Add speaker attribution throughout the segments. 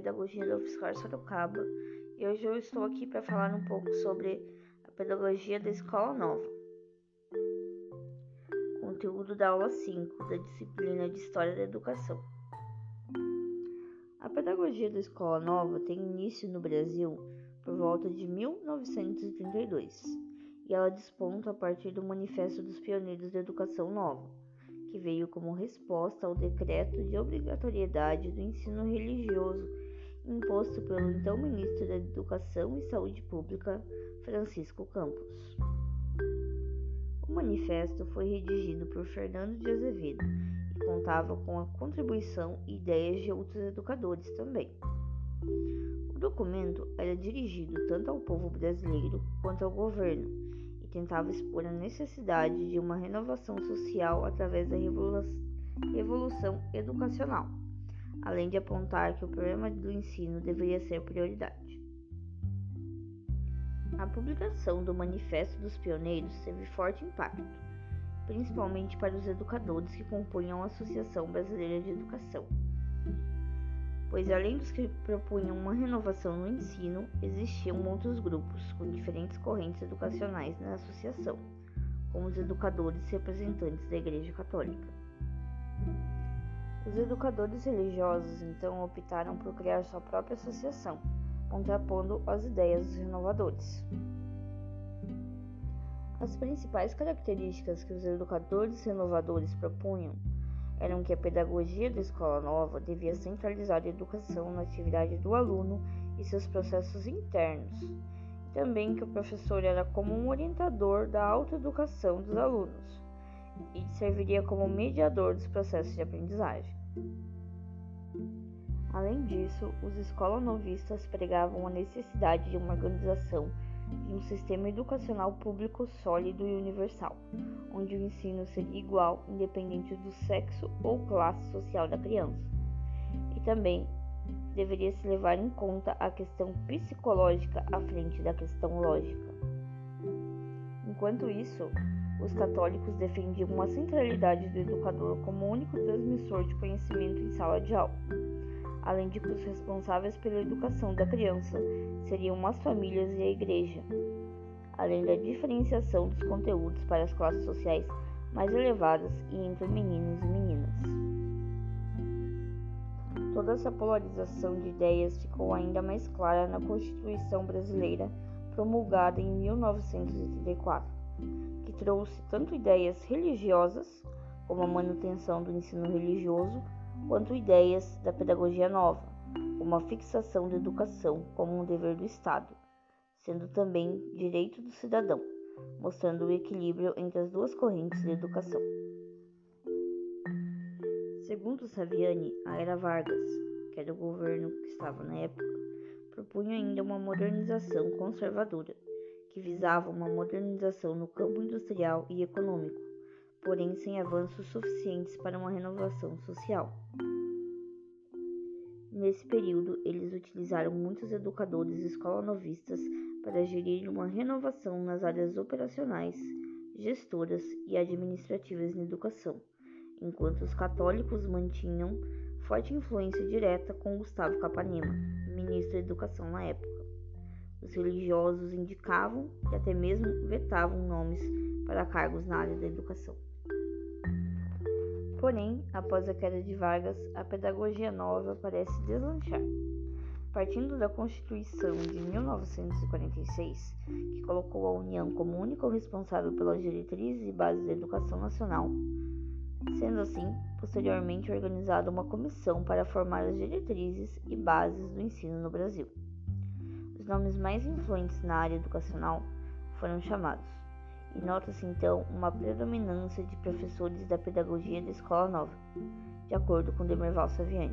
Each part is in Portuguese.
Speaker 1: Pedagogia da UFSCar Sorocaba e hoje eu estou aqui para falar um pouco sobre a pedagogia da escola nova. Conteúdo da aula 5 da disciplina de História da Educação. A pedagogia da escola nova tem início no Brasil por volta de 1932 e ela desponta a partir do Manifesto dos Pioneiros da Educação Nova, que veio como resposta ao decreto de obrigatoriedade do ensino religioso imposto pelo então ministro da Educação e Saúde Pública, Francisco Campos. O manifesto foi redigido por Fernando de Azevedo e contava com a contribuição e ideias de outros educadores também. O documento era dirigido tanto ao povo brasileiro quanto ao governo e tentava expor a necessidade de uma renovação social através da revolução educacional, além de apontar que o problema do ensino deveria ser prioridade. A publicação do Manifesto dos Pioneiros teve forte impacto, principalmente para os educadores que compunham a Associação Brasileira de Educação, pois além dos que propunham uma renovação no ensino, existiam outros grupos com diferentes correntes educacionais na associação, como os educadores representantes da Igreja Católica. Os educadores religiosos então optaram por criar sua própria associação, contrapondo as ideias dos renovadores. As principais características que os educadores renovadores propunham eram que a pedagogia da escola nova devia centralizar a educação na atividade do aluno e seus processos internos, e também que o professor era como um orientador da autoeducação dos alunos e serviria como mediador dos processos de aprendizagem. Além disso, os escolanovistas pregavam a necessidade de uma organização de um sistema educacional público sólido e universal, onde o ensino seria igual, independente do sexo ou classe social da criança. E também deveria se levar em conta a questão psicológica à frente da questão lógica. Enquanto isso, os católicos defendiam a centralidade do educador como único transmissor de conhecimento em sala de aula, além de que os responsáveis pela educação da criança seriam as famílias e a igreja, além da diferenciação dos conteúdos para as classes sociais mais elevadas e entre meninos e meninas. Toda essa polarização de ideias ficou ainda mais clara na Constituição Brasileira, promulgada em 1934, que trouxe tanto ideias religiosas, como a manutenção do ensino religioso, quanto ideias da pedagogia nova, como a fixação da educação como um dever do Estado, sendo também direito do cidadão, mostrando o equilíbrio entre as duas correntes de educação. Segundo Saviani, a era Vargas, que era o governo que estava na época, propunha ainda uma modernização conservadora, que visava uma modernização no campo industrial e econômico, porém sem avanços suficientes para uma renovação social. Nesse período, eles utilizaram muitos educadores escolanovistas para gerir uma renovação nas áreas operacionais, gestoras e administrativas na educação, enquanto os católicos mantinham forte influência direta com Gustavo Capanema, ministro da Educação na época. Os religiosos indicavam e até mesmo vetavam nomes para cargos na área da educação. Porém, após a queda de Vargas, a pedagogia nova parece deslanchar. Partindo da Constituição de 1946, que colocou a União como único responsável pelas diretrizes e bases da educação nacional, sendo assim, posteriormente organizada uma comissão para formar as diretrizes e bases do ensino no Brasil. Os nomes mais influentes na área educacional foram chamados, e nota-se então uma predominância de professores da pedagogia da escola nova, de acordo com Demerval Saviani.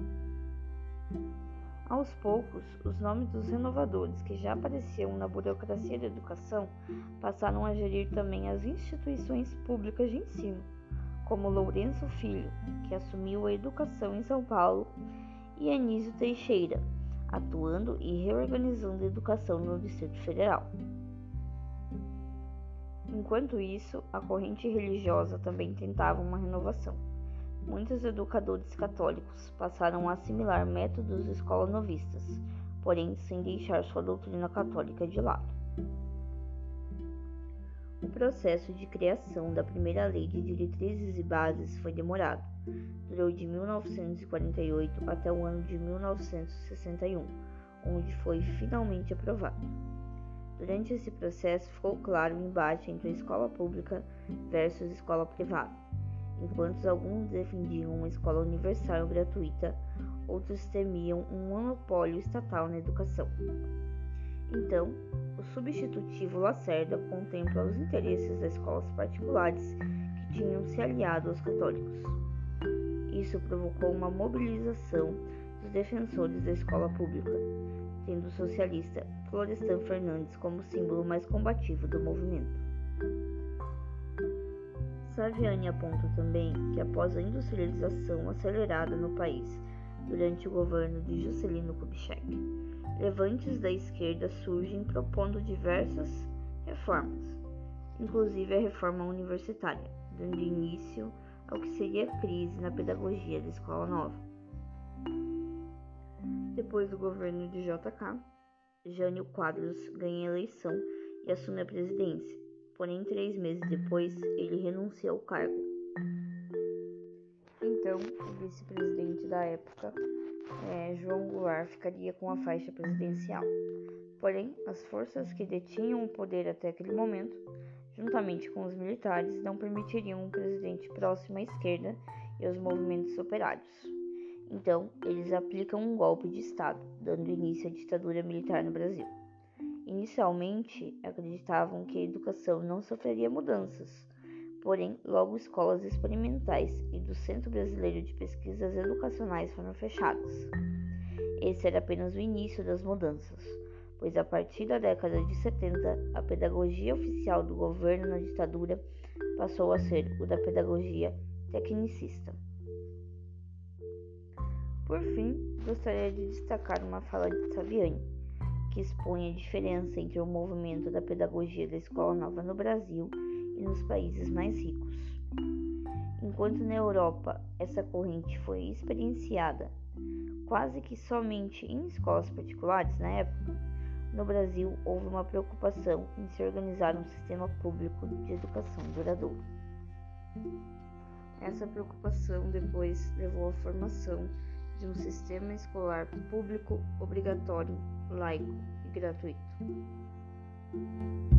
Speaker 1: Aos poucos, os nomes dos renovadores que já apareciam na burocracia da educação passaram a gerir também as instituições públicas de ensino, como Lourenço Filho, que assumiu a educação em São Paulo, e Anísio Teixeira, atuando e reorganizando a educação no Distrito Federal. Enquanto isso, a corrente religiosa também tentava uma renovação, Muitos educadores católicos passaram a assimilar métodos escola-novistas, porém sem deixar sua doutrina católica de lado. O processo de criação da primeira lei de diretrizes e bases foi demorado. Durou de 1948 até o ano de 1961, onde foi finalmente aprovado. Durante esse processo ficou claro o embate entre a escola pública versus escola privada. Enquanto alguns defendiam uma escola universal e gratuita, outros temiam um monopólio estatal na educação. Então, o substitutivo Lacerda contempla os interesses das escolas particulares que tinham se aliado aos católicos. Isso provocou uma mobilização dos defensores da escola pública, tendo o socialista Florestan Fernandes como símbolo mais combativo do movimento. Saviani aponta também que após a industrialização acelerada no país durante o governo de Juscelino Kubitschek, levantes da esquerda surgem propondo diversas reformas, inclusive a reforma universitária, dando início ao que seria a crise na pedagogia da Escola Nova. Depois do governo de JK, Jânio Quadros ganha a eleição e assume a presidência, porém 3 meses depois ele renuncia ao cargo. Então, o vice-presidente da época, João Goulart, ficaria com a faixa presidencial. Porém, as forças que detinham o poder até aquele momento, juntamente com os militares, não permitiriam um presidente próximo à esquerda e aos movimentos operários. Então, eles aplicam um golpe de Estado, dando início à ditadura militar no Brasil. Inicialmente, acreditavam que a educação não sofreria mudanças, porém, logo escolas experimentais e do Centro Brasileiro de Pesquisas Educacionais foram fechadas. Esse era apenas o início das mudanças, pois a partir da década de 70, a pedagogia oficial do governo na ditadura passou a ser o da pedagogia tecnicista. Por fim, gostaria de destacar uma fala de Saviani, que expõe a diferença entre o movimento da pedagogia da Escola Nova no Brasil e nos países mais ricos. Enquanto na Europa essa corrente foi experienciada quase que somente em escolas particulares na época, no Brasil houve uma preocupação em se organizar um sistema público de educação duradouro. Essa preocupação depois levou à formação de um sistema escolar público, obrigatório, laico e gratuito.